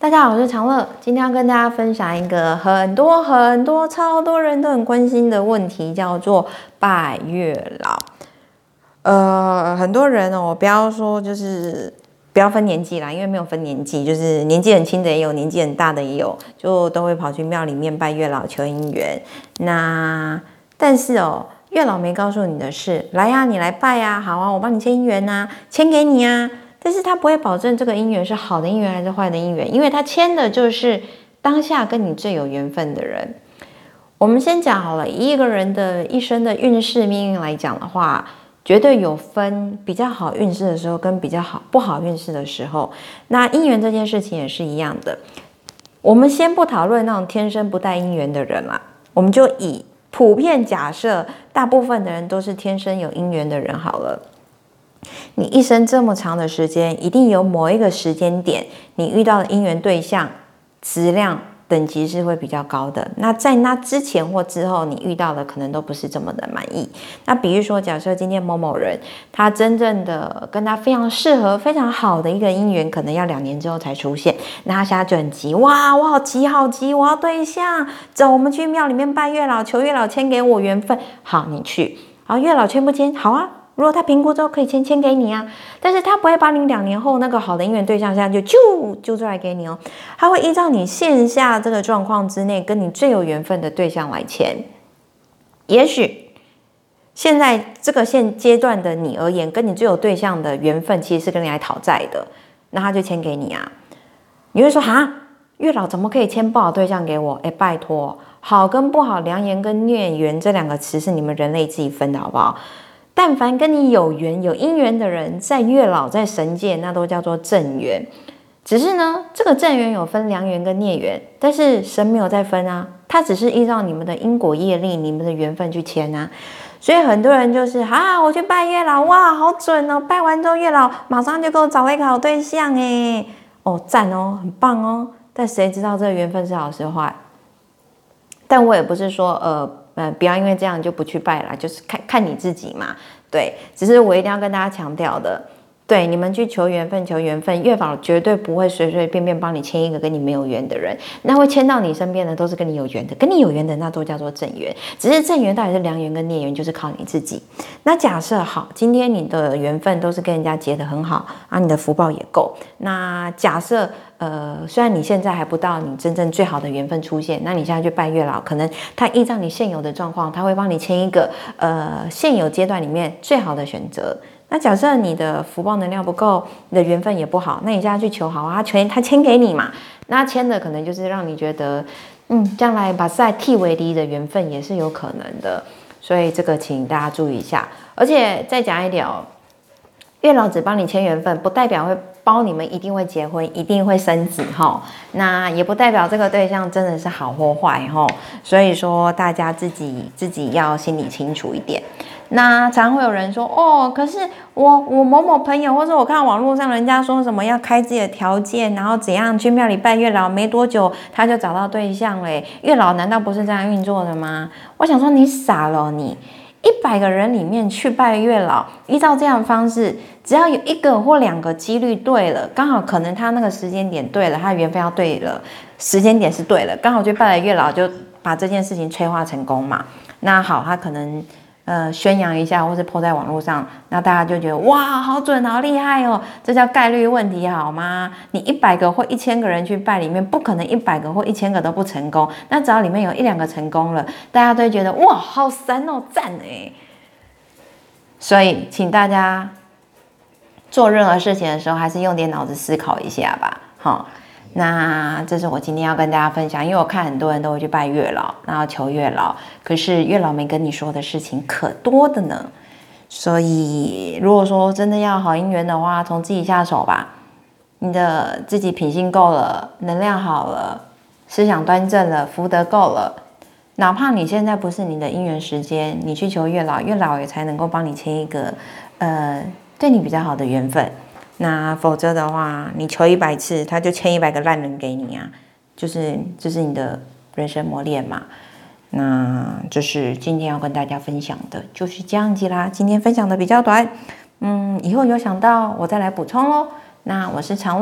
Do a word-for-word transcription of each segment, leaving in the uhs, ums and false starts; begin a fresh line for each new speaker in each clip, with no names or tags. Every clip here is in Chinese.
大家好，我是长乐，今天要跟大家分享一个很多很多超多人都很关心的问题，叫做拜月老。呃，很多人哦，不要说就是不要分年纪啦，因为没有分年纪，就是年纪很轻的也有，年纪很大的也有，就都会跑去庙里面拜月老求姻缘。那但是哦，月老没告诉你的是，来呀、啊，你来拜呀、啊，好啊，我帮你签姻缘啊，签给你啊。但是他不会保证这个姻缘是好的姻缘还是坏的姻缘，因为他签的就是当下跟你最有缘分的人。我们先讲好了，以一个人的一生的运势命运来讲的话，绝对有分比较好运势的时候跟比较好不好运势的时候。那姻缘这件事情也是一样的。我们先不讨论那种天生不带姻缘的人啦，我们就以普遍假设大部分的人都是天生有姻缘的人好了。你一生这么长的时间，一定有某一个时间点，你遇到的姻缘对象质量等级是会比较高的。那在那之前或之后，你遇到的可能都不是这么的满意。那比如说，假设今天某某人，他真正的跟他非常适合、非常好的一个姻缘，可能要两年之后才出现。那他现在就很急，哇，我好急好急，我要对象，走，我们去庙里面拜月老，求月老签给我缘分。好，你去，好，月老签不签？好啊。如果他评估之后可以签签给你啊，但是他不会把你两年后那个好的姻缘对象现在就揪揪出来给你哦，他会依照你线下这个状况之内跟你最有缘分的对象来签。也许现在这个现阶段的你而言，跟你最有对象的缘分其实是跟你来讨债的，那他就签给你啊。你会说哈，月老怎么可以签不好对象给我？哎，拜托，好跟不好，良缘跟孽缘这两个词是你们人类自己分的好不好？但凡跟你有缘有姻缘的人，在月老在神界那都叫做正缘。只是呢，这个正缘有分良缘跟孽缘，但是神没有再分啊，他只是依照你们的因果业力、你们的缘分去签啊。所以很多人就是啊，我去拜月老，哇，好准哦！拜完之后，月老马上就给我找了一个好对象哎，哦，赞哦，很棒哦。但谁知道这个缘分是好是坏？但我也不是说呃。呃，不要因为这样就不去拜啦，就是看看你自己嘛。对，只是我一定要跟大家强调的，对，你们去求缘分，求缘分，月老绝对不会随随便便帮你签一个跟你没有缘的人，那会签到你身边的都是跟你有缘的，跟你有缘的那都叫做正缘。只是正缘到底是良缘跟孽缘，就是靠你自己。那假设好，今天你的缘分都是跟人家结得很好啊，你的福报也够。那假设呃，虽然你现在还不到你真正最好的缘分出现，那你现在去拜月老，可能他依照你现有的状况，他会帮你签一个呃现有阶段里面最好的选择。那假设你的福报能量不够，你的缘分也不好，那你现在去求好啊，他签他签给你嘛，那签的可能就是让你觉得，嗯，将来把赛替为离的缘分也是有可能的，所以这个请大家注意一下。而且再讲一点哦，月老只帮你签缘分，不代表会包你们一定会结婚，一定会生子哈。那也不代表这个对象真的是好或坏哈。所以说大家自己自己要心里清楚一点。那常会有人说哦，可是我我某某朋友，或者我看网络上人家说什么要开自己的条件，然后怎样去庙里拜月老，没多久他就找到对象嘞。月老难道不是这样运作的吗？我想说你傻了你。一百个人里面去拜月老，依照这样的方式，只要有一个或两个几率对了，刚好可能他那个时间点对了，他的缘分要对了，时间点是对了，刚好就拜了月老，就把这件事情催化成功嘛。那好，他可能呃宣扬一下，或是 po 在网络上，那大家就觉得哇，好准，好厉害哦，这叫概率问题好吗？你一百个或一千个人去拜，里面不可能一百个或一千个都不成功，那只要里面有一两个成功了，大家都会觉得哇，好神哦，赞哎！所以，请大家做任何事情的时候，还是用点脑子思考一下吧。好，那这是我今天要跟大家分享，因为我看很多人都会去拜月老，然后求月老，可是月老没跟你说的事情可多的呢。所以，如果说真的要好姻缘的话，从自己下手吧。你的自己品性够了，能量好了，思想端正了，福德够了。哪怕你现在不是你的姻缘时间，你去求月老，月老也才能够帮你签一个呃对你比较好的缘分。那否则的话，你求一百次，他就签一百个烂人给你啊，就是这、就是你的人生磨练嘛。那这是今天要跟大家分享的，就是这样子啦。今天分享的比较短，嗯，以后有想到我再来补充咯。那我是长乐，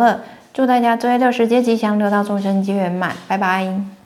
祝大家追六时节吉祥，六道众生皆圆满，拜拜。